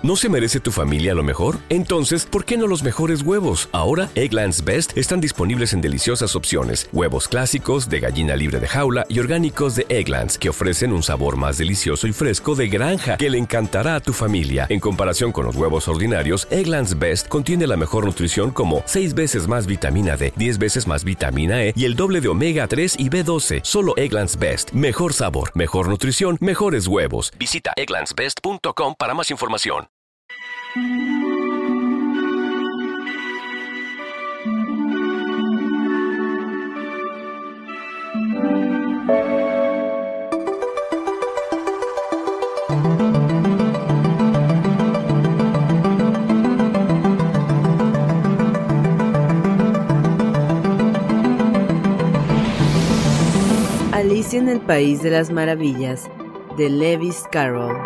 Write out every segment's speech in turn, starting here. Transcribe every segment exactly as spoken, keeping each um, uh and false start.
¿No se merece tu familia lo mejor? Entonces, ¿por qué no los mejores huevos? Ahora, Eggland's Best están disponibles en deliciosas opciones. Huevos clásicos, de gallina libre de jaula y orgánicos de Eggland's, que ofrecen un sabor más delicioso y fresco de granja que le encantará a tu familia. En comparación con los huevos ordinarios, Eggland's Best contiene la mejor nutrición como seis veces más vitamina D, diez veces más vitamina E y el doble de omega tres y B doce. Solo Eggland's Best. Mejor sabor, mejor nutrición, mejores huevos. Visita egglands best punto com para más información. Alicia en el País de las Maravillas, de Lewis Carroll.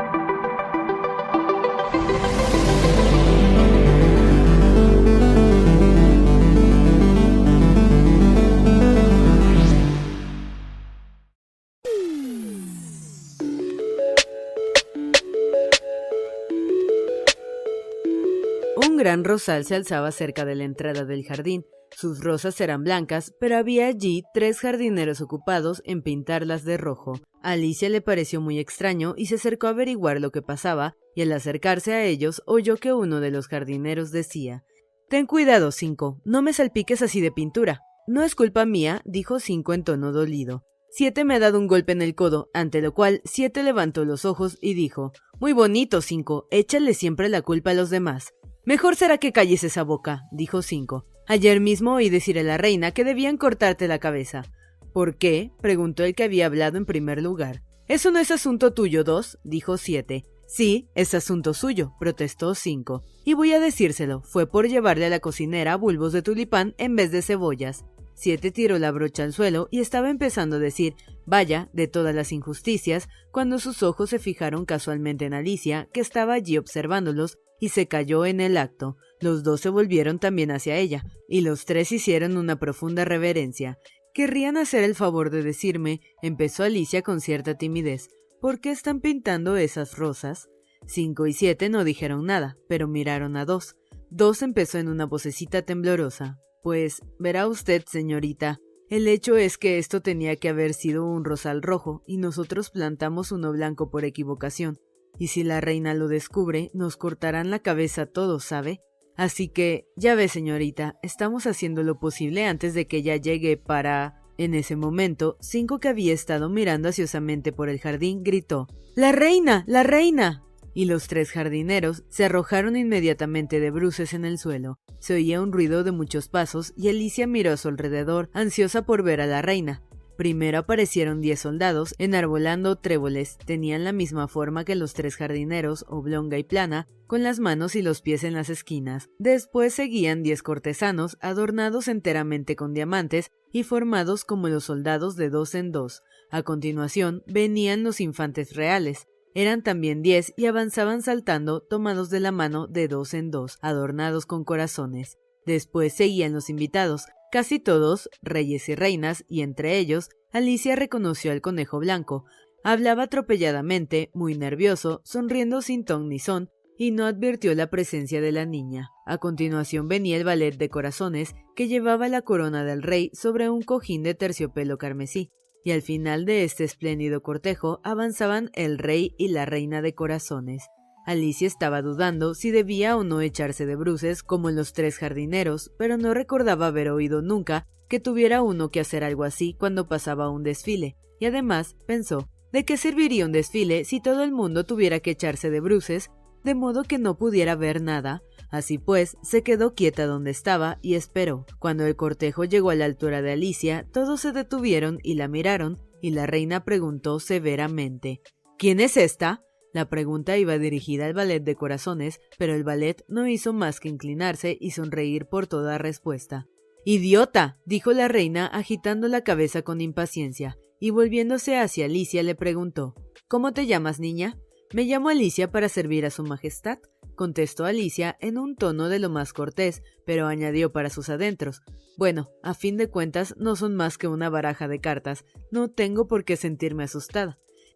Un gran rosal se alzaba cerca de la entrada del jardín. Sus rosas eran blancas, pero había allí tres jardineros ocupados en pintarlas de rojo. A Alicia le pareció muy extraño y se acercó a averiguar lo que pasaba, y al acercarse a ellos oyó que uno de los jardineros decía: «Ten cuidado, Cinco, no me salpiques así de pintura». «No es culpa mía», dijo Cinco en tono dolido. Siete me ha dado un golpe en el codo, ante lo cual Siete levantó los ojos y dijo: «Muy bonito, Cinco, échale siempre la culpa a los demás». «Mejor será que calles esa boca», dijo Cinco. «Ayer mismo oí decir a la reina que debían cortarte la cabeza». «¿Por qué?», preguntó el que había hablado en primer lugar. «¿Eso no es asunto tuyo, Dos?», dijo Siete. «Sí, es asunto suyo», protestó Cinco. «Y voy a decírselo, fue por llevarle a la cocinera bulbos de tulipán en vez de cebollas». Siete tiró la brocha al suelo y estaba empezando a decir «vaya» de todas las injusticias, cuando sus ojos se fijaron casualmente en Alicia, que estaba allí observándolos, y se cayó en el acto. Los dos se volvieron también hacia ella, y los tres hicieron una profunda reverencia. «¿Querrían hacer el favor de decirme», empezó Alicia con cierta timidez, «por qué están pintando esas rosas?» Cinco y Siete no dijeron nada, pero miraron a Dos. Dos empezó en una vocecita temblorosa: «Pues, verá usted, señorita, el hecho es que esto tenía que haber sido un rosal rojo, y nosotros plantamos uno blanco por equivocación. Y si la reina lo descubre, nos cortarán la cabeza a todos, ¿sabe? Así que, ya ve, señorita, estamos haciendo lo posible antes de que ella llegue para...». En ese momento, Cinco, que había estado mirando ansiosamente por el jardín, gritó: «¡La reina! ¡La reina!». Y los tres jardineros se arrojaron inmediatamente de bruces en el suelo. Se oía un ruido de muchos pasos y Alicia miró a su alrededor, ansiosa por ver a la reina. Primero aparecieron diez soldados, enarbolando tréboles. Tenían la misma forma que los tres jardineros, oblonga y plana, con las manos y los pies en las esquinas. Después seguían diez cortesanos, adornados enteramente con diamantes y formados como los soldados de dos en dos. A continuación venían los infantes reales. Eran también diez y avanzaban saltando, tomados de la mano de dos en dos, adornados con corazones. Después seguían los invitados, casi todos reyes y reinas, y entre ellos Alicia reconoció al conejo blanco. Hablaba atropelladamente, muy nervioso, sonriendo sin ton ni son, y no advirtió la presencia de la niña. A continuación venía el ballet de corazones, que llevaba la corona del rey sobre un cojín de terciopelo carmesí, y al final de este espléndido cortejo avanzaban el rey y la reina de corazones. Alicia estaba dudando si debía o no echarse de bruces como los tres jardineros, pero no recordaba haber oído nunca que tuviera uno que hacer algo así cuando pasaba un desfile, y además pensó: ¿de qué serviría un desfile si todo el mundo tuviera que echarse de bruces, de modo que no pudiera ver nada? Así pues, se quedó quieta donde estaba y esperó. Cuando el cortejo llegó a la altura de Alicia, todos se detuvieron y la miraron, y la reina preguntó severamente: «¿Quién es esta?». La pregunta iba dirigida al ballet de corazones, pero el ballet no hizo más que inclinarse y sonreír por toda respuesta. «¡Idiota!», dijo la reina agitando la cabeza con impaciencia, y volviéndose hacia Alicia le preguntó: «¿Cómo te llamas, niña?». «Me llamo Alicia para servir a su majestad», contestó Alicia en un tono de lo más cortés, pero añadió para sus adentros: «Bueno, a fin de cuentas no son más que una baraja de cartas, no tengo por qué sentirme asustada».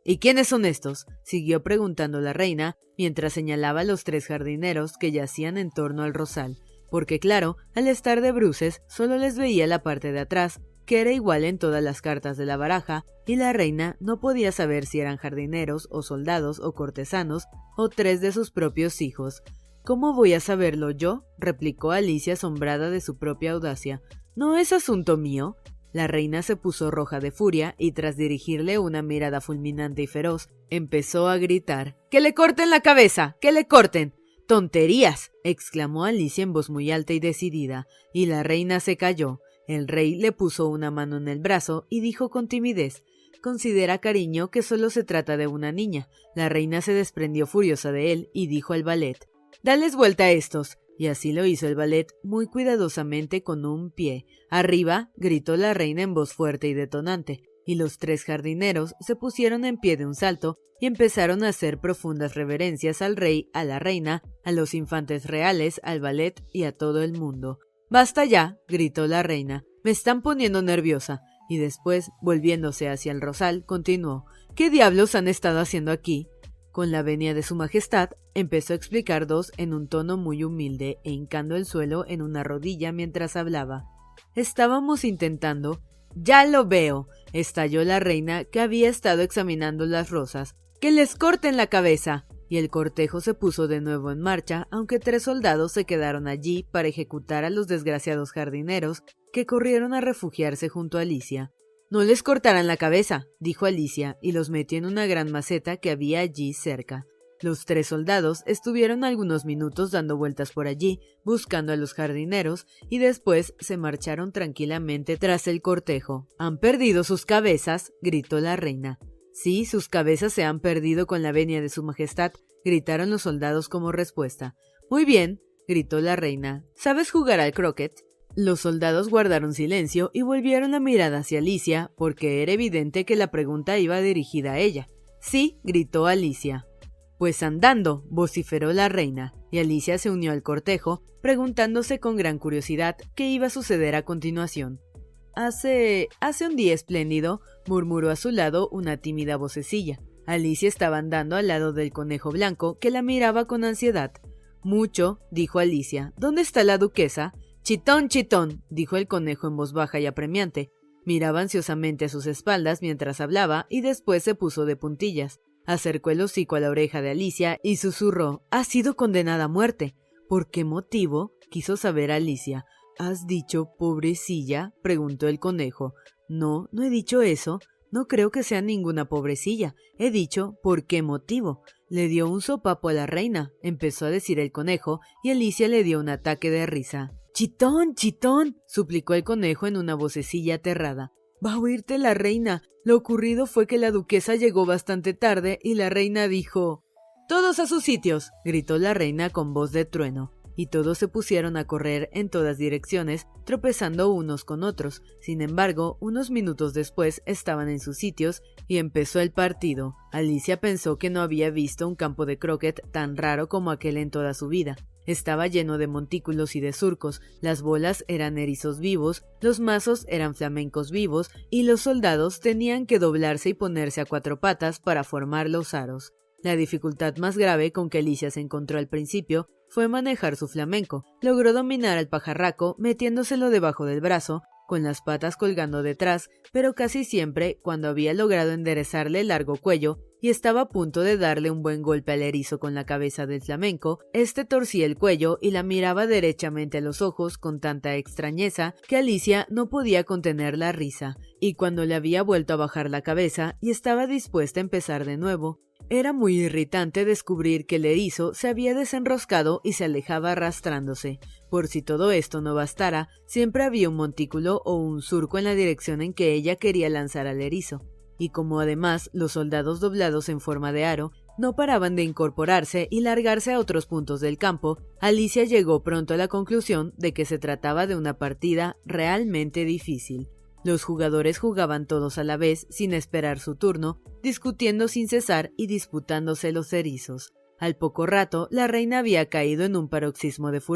¿Y quiénes son estos?, siguió preguntando la reina, mientras señalaba a los tres jardineros que yacían en torno al rosal, porque claro, al estar de bruces, solo les veía la parte de atrás, que era igual en todas las cartas de la baraja, y la reina no podía saber si eran jardineros, o soldados, o cortesanos, o tres de sus propios hijos. «¿Cómo voy a saberlo yo?», replicó Alicia asombrada de su propia audacia. «¿No es asunto mío?». La reina se puso roja de furia y tras dirigirle una mirada fulminante y feroz, empezó a gritar: «¡Que le corten la cabeza! ¡Que le corten!». «¡Tonterías!», exclamó Alicia en voz muy alta y decidida, y la reina se calló. El rey le puso una mano en el brazo y dijo con timidez: «Considera, cariño, que solo se trata de una niña». La reina se desprendió furiosa de él y dijo al valet: «Dales vuelta a estos». Y así lo hizo el valet muy cuidadosamente con un pie. «¡Arriba!», gritó la reina en voz fuerte y detonante, y los tres jardineros se pusieron en pie de un salto y empezaron a hacer profundas reverencias al rey, a la reina, a los infantes reales, al valet y a todo el mundo. «¡Basta ya!», gritó la reina, «me están poniendo nerviosa». Y después, volviéndose hacia el rosal, continuó: «¿Qué diablos han estado haciendo aquí?». Con la venia de su majestad, empezó a explicar Dos en un tono muy humilde e hincando el suelo en una rodilla mientras hablaba. «Estábamos intentando...». «Ya lo veo», estalló la reina, que había estado examinando las rosas. «¡Que les corten la cabeza!». Y el cortejo se puso de nuevo en marcha, aunque tres soldados se quedaron allí para ejecutar a los desgraciados jardineros que corrieron a refugiarse junto a Alicia. «No les cortarán la cabeza», dijo Alicia, y los metió en una gran maceta que había allí cerca. Los tres soldados estuvieron algunos minutos dando vueltas por allí, buscando a los jardineros, y después se marcharon tranquilamente tras el cortejo. «¿Han perdido sus cabezas?», gritó la reina. «Sí, sus cabezas se han perdido con la venia de su majestad», gritaron los soldados como respuesta. «Muy bien», gritó la reina. «¿Sabes jugar al croquet?». Los soldados guardaron silencio y volvieron la mirada hacia Alicia, porque era evidente que la pregunta iba dirigida a ella. «Sí», gritó Alicia. «Pues andando», vociferó la reina, y Alicia se unió al cortejo, preguntándose con gran curiosidad qué iba a suceder a continuación. «Hace... hace un día espléndido», murmuró a su lado una tímida vocecilla. Alicia estaba andando al lado del conejo blanco, que la miraba con ansiedad. «Mucho», dijo Alicia. «¿Dónde está la duquesa?». «Chitón, chitón», dijo el conejo en voz baja y apremiante. Miraba ansiosamente a sus espaldas mientras hablaba y después se puso de puntillas. Acercó el hocico a la oreja de Alicia y susurró: «Ha sido condenada a muerte». «¿Por qué motivo?», quiso saber Alicia. «¿Has dicho pobrecilla?», preguntó el conejo. «No, no he dicho eso. No creo que sea ninguna pobrecilla. He dicho ¿por qué motivo?». «Ledio un sopapo a la reina», empezó a decir el conejo, y Alicia le dio un ataque de risa. «Chitón, chitón», suplicó el conejo en una vocecilla aterrada. «Va a oírte la reina. Lo ocurrido fue que la duquesa llegó bastante tarde y la reina dijo...». «Todos a sus sitios», gritó la reina con voz de trueno, y todos se pusieron a correr en todas direcciones, tropezando unos con otros. Sin embargo, unos minutos después estaban en sus sitios y empezó el partido. Alicia pensó que no había visto un campo de croquet tan raro como aquel en toda su vida. Estaba lleno de montículos y de surcos, las bolas eran erizos vivos, los mazos eran flamencos vivos, y los soldados tenían que doblarse y ponerse a cuatro patas para formar los aros. La dificultad más grave con que Alicia se encontró al principio fue manejar su flamenco. Logró dominar al pajarraco metiéndoselo debajo del brazo, con las patas colgando detrás, pero casi siempre, cuando había logrado enderezarle el largo cuello y estaba a punto de darle un buen golpe al erizo con la cabeza del flamenco, este torcía el cuello y la miraba derechamente a los ojos con tanta extrañeza que Alicia no podía contener la risa, y cuando le había vuelto a bajar la cabeza y estaba dispuesta a empezar de nuevo, era muy irritante descubrir que el erizo se había desenroscado y se alejaba arrastrándose. Por si todo esto no bastara, siempre había un montículo o un surco en la dirección en que ella quería lanzar al erizo. Y como además los soldados doblados en forma de aro no paraban de incorporarse y largarse a otros puntos del campo, Alicia llegó pronto a la conclusión de que se trataba de una partida realmente difícil. Los jugadores jugaban todos a la vez, sin esperar su turno, discutiendo sin cesar y disputándose los erizos. Al poco rato, la reina había caído en un paroxismo de furor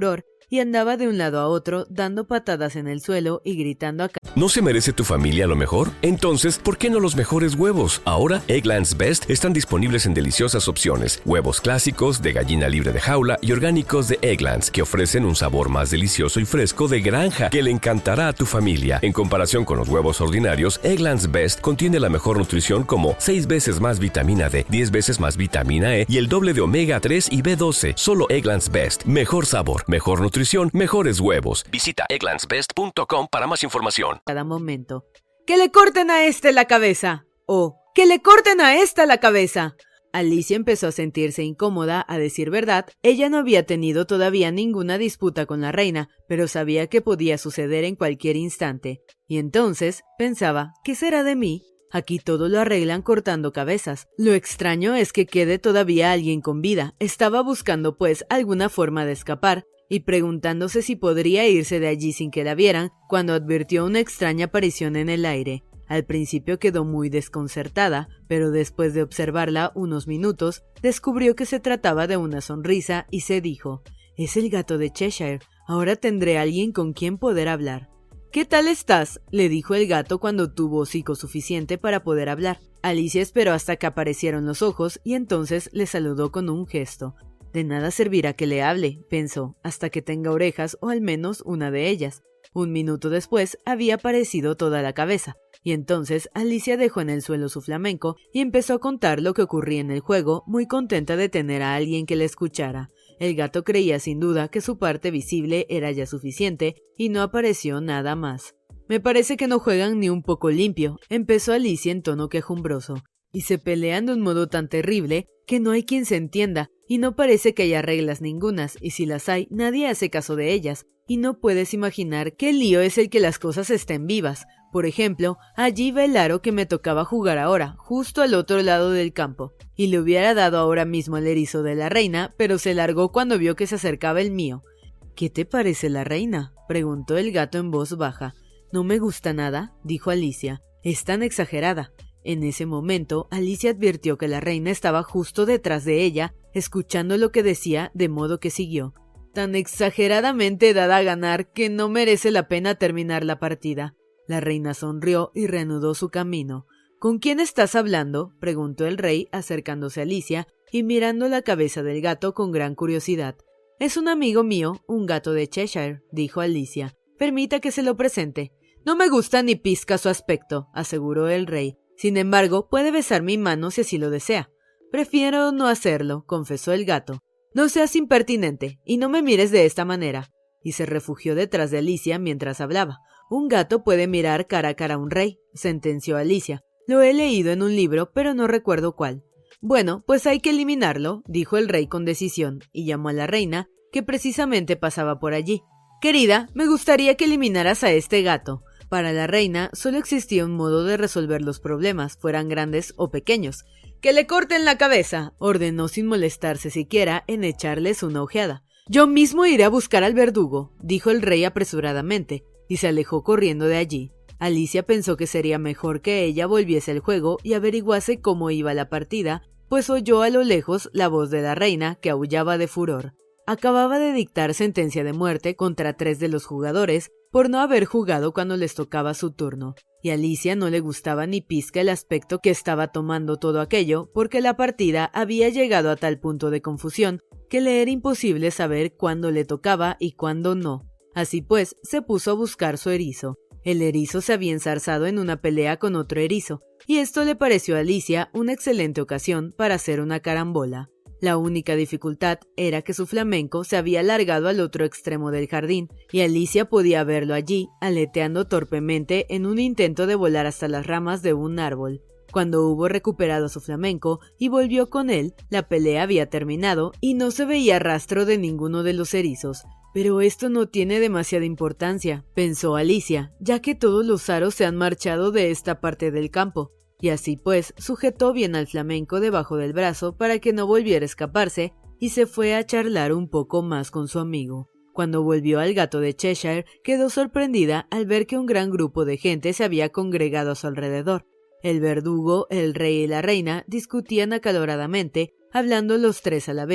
y andaba de un lado a otro dando patadas en el suelo y gritando a... ¿No se merece tu familia lo mejor? Entonces, ¿por qué no los mejores huevos? Ahora, Eggland's Best están disponibles en deliciosas opciones. Huevos clásicos, de gallina libre de jaula y orgánicos de Eggland's, que ofrecen un sabor más delicioso y fresco de granja que le encantará a tu familia. En comparación con los huevos ordinarios, Eggland's Best contiene la mejor nutrición como seis veces más vitamina D, diez veces más vitamina E y el doble de omega tres y B doce. Solo Eggland's Best. Mejor sabor, mejor nutrición, mejores huevos. Visita egglands best punto com para más información. Cada momento. ¡Que le corten a este la cabeza! O ¡que le corten a esta la cabeza! Alicia empezó a sentirse incómoda. A decir verdad, ella no había tenido todavía ninguna disputa con la reina, pero sabía que podía suceder en cualquier instante. Y entonces pensaba, ¿qué será de mí? Aquí todo lo arreglan cortando cabezas. Lo extraño es que quede todavía alguien con vida. Estaba buscando, pues, alguna forma de escapar, y preguntándose si podría irse de allí sin que la vieran, cuando advirtió una extraña aparición en el aire. Al principio quedó muy desconcertada, pero después de observarla unos minutos, descubrió que se trataba de una sonrisa y se dijo, «Es el gato de Cheshire, ahora tendré a alguien con quien poder hablar». «¿Qué tal estás?», le dijo el gato cuando tuvo hocico suficiente para poder hablar. Alicia esperó hasta que aparecieron los ojos y entonces le saludó con un gesto. De nada servirá que le hable, pensó, hasta que tenga orejas o al menos una de ellas. Un minuto después había aparecido toda la cabeza, y entonces Alicia dejó en el suelo su flamenco y empezó a contar lo que ocurría en el juego, muy contenta de tener a alguien que le escuchara. El gato creía sin duda que su parte visible era ya suficiente y no apareció nada más. «Me parece que no juegan ni un poco limpio», empezó Alicia en tono quejumbroso. «Y se pelean de un modo tan terrible que no hay quien se entienda, y no parece que haya reglas ningunas, y si las hay, nadie hace caso de ellas, y no puedes imaginar qué lío es el que las cosas estén vivas. Por ejemplo, allí va el aro que me tocaba jugar ahora, justo al otro lado del campo, y le hubiera dado ahora mismo el erizo de la reina, pero se largó cuando vio que se acercaba el mío». «¿Qué te parece la reina?», preguntó el gato en voz baja. «No me gusta nada», dijo Alicia. «Es tan exagerada». En ese momento, Alicia advirtió que la reina estaba justo detrás de ella, escuchando lo que decía, de modo que siguió. «Tan exageradamente dada a ganar que no merece la pena terminar la partida». La reina sonrió y reanudó su camino. «¿Con quién estás hablando?», preguntó el rey, acercándose a Alicia y mirando la cabeza del gato con gran curiosidad. «Es un amigo mío, un gato de Cheshire», dijo Alicia. «Permita que se lo presente». «No me gusta ni pizca su aspecto», aseguró el rey. «Sin embargo, puede besar mi mano si así lo desea». «Prefiero no hacerlo», confesó el gato. «No seas impertinente, y no me mires de esta manera». Y se refugió detrás de Alicia mientras hablaba. «Un gato puede mirar cara a cara a un rey», sentenció Alicia. «Lo he leído en un libro, pero no recuerdo cuál». «Bueno, pues hay que eliminarlo», dijo el rey con decisión, y llamó a la reina, que precisamente pasaba por allí. «Querida, me gustaría que eliminaras a este gato». Para la reina solo existía un modo de resolver los problemas, fueran grandes o pequeños. «¡Que le corten la cabeza!», ordenó sin molestarse siquiera en echarles una ojeada. «Yo mismo iré a buscar al verdugo», dijo el rey apresuradamente, y se alejó corriendo de allí. Alicia pensó que sería mejor que ella volviese al juego y averiguase cómo iba la partida, pues oyó a lo lejos la voz de la reina que aullaba de furor. Acababa de dictar sentencia de muerte contra tres de los jugadores por no haber jugado cuando les tocaba su turno, y a Alicia no le gustaba ni pizca el aspecto que estaba tomando todo aquello, porque la partida había llegado a tal punto de confusión que le era imposible saber cuándo le tocaba y cuándo no. Así pues, se puso a buscar su erizo. El erizo se había enzarzado en una pelea con otro erizo, y esto le pareció a Alicia una excelente ocasión para hacer una carambola. La única dificultad era que su flamenco se había alargado al otro extremo del jardín, y Alicia podía verlo allí, aleteando torpemente en un intento de volar hasta las ramas de un árbol. Cuando hubo recuperado su flamenco y volvió con él, la pelea había terminado y no se veía rastro de ninguno de los erizos. «Pero esto no tiene demasiada importancia», pensó Alicia, «ya que todos los aros se han marchado de esta parte del campo». Y así pues, sujetó bien al flamenco debajo del brazo para que no volviera a escaparse y se fue a charlar un poco más con su amigo. Cuando volvió al gato de Cheshire, quedó sorprendida al ver que un gran grupo de gente se había congregado a su alrededor. El verdugo, el rey y la reina discutían acaloradamente, hablando los tres a la vez,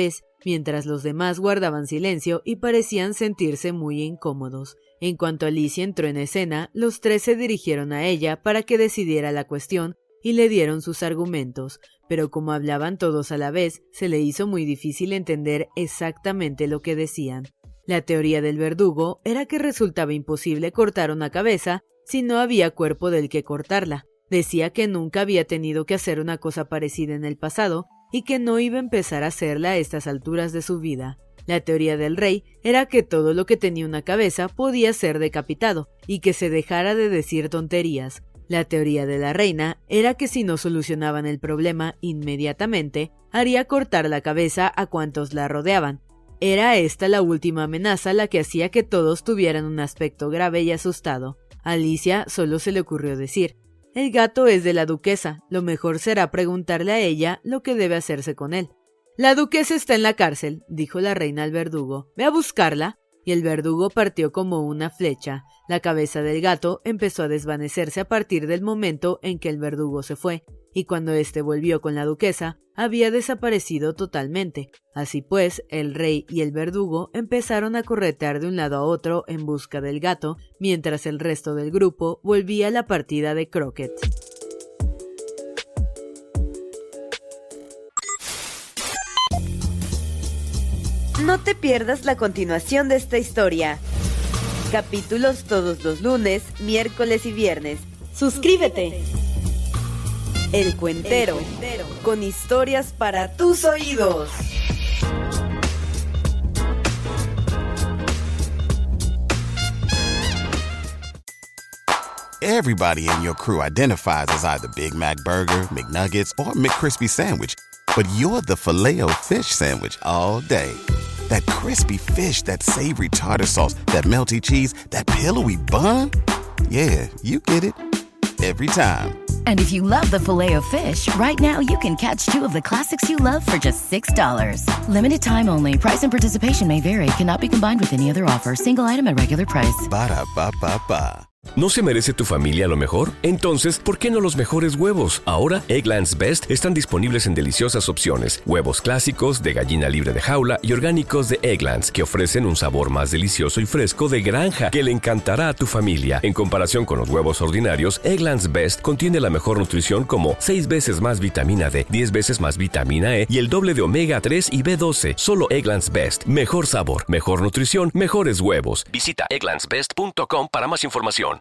mientras los demás guardaban silencio y parecían sentirse muy incómodos. En cuanto Alicia entró en escena, los tres se dirigieron a ella para que decidiera la cuestión y le dieron sus argumentos, pero como hablaban todos a la vez, se le hizo muy difícil entender exactamente lo que decían. La teoría del verdugo era que resultaba imposible cortar una cabeza si no había cuerpo del que cortarla. Decía que nunca había tenido que hacer una cosa parecida en el pasado y que no iba a empezar a hacerla a estas alturas de su vida. La teoría del rey era que todo lo que tenía una cabeza podía ser decapitado y que se dejara de decir tonterías. La teoría de la reina era que si no solucionaban el problema inmediatamente, haría cortar la cabeza a cuantos la rodeaban. Era esta la última amenaza la que hacía que todos tuvieran un aspecto grave y asustado. A Alicia solo se le ocurrió decir: «El gato es de la duquesa, lo mejor será preguntarle a ella lo que debe hacerse con él». «La duquesa está en la cárcel», dijo la reina al verdugo. «Ve a buscarla». Y el verdugo partió como una flecha. La cabeza del gato empezó a desvanecerse a partir del momento en que el verdugo se fue, y cuando éste volvió con la duquesa, había desaparecido totalmente. Así pues, el rey y el verdugo empezaron a corretear de un lado a otro en busca del gato, mientras el resto del grupo volvía a la partida de croquet. No te pierdas la continuación de esta historia. Capítulos todos los lunes, miércoles y viernes. ¡Suscríbete! El Cuentero, El Cuentero, con historias para tus oídos. Everybody in your crew identifies as either Big Mac Burger, McNuggets, or McCrispy Sandwich. But you're the Filet-O-Fish Sandwich all day. That crispy fish, that savory tartar sauce, that melty cheese, that pillowy bun. Yeah, you get it. Every time. And if you love the Filet-O-Fish, right now you can catch two of the classics you love for just six dollars. Limited time only. Price and participation may vary. Cannot be combined with any other offer. Single item at regular price. Ba-da-ba-ba-ba. ¿No se merece tu familia lo mejor? Entonces, ¿por qué no los mejores huevos? Ahora, Eggland's Best están disponibles en deliciosas opciones. Huevos clásicos, de gallina libre de jaula y orgánicos de Eggland's, que ofrecen un sabor más delicioso y fresco de granja que le encantará a tu familia. En comparación con los huevos ordinarios, Eggland's Best contiene la mejor nutrición como seis veces más vitamina D, diez veces más vitamina E y el doble de omega tres y B doce. Solo Eggland's Best. Mejor sabor, mejor nutrición, mejores huevos. Visita egglands best punto com para más información.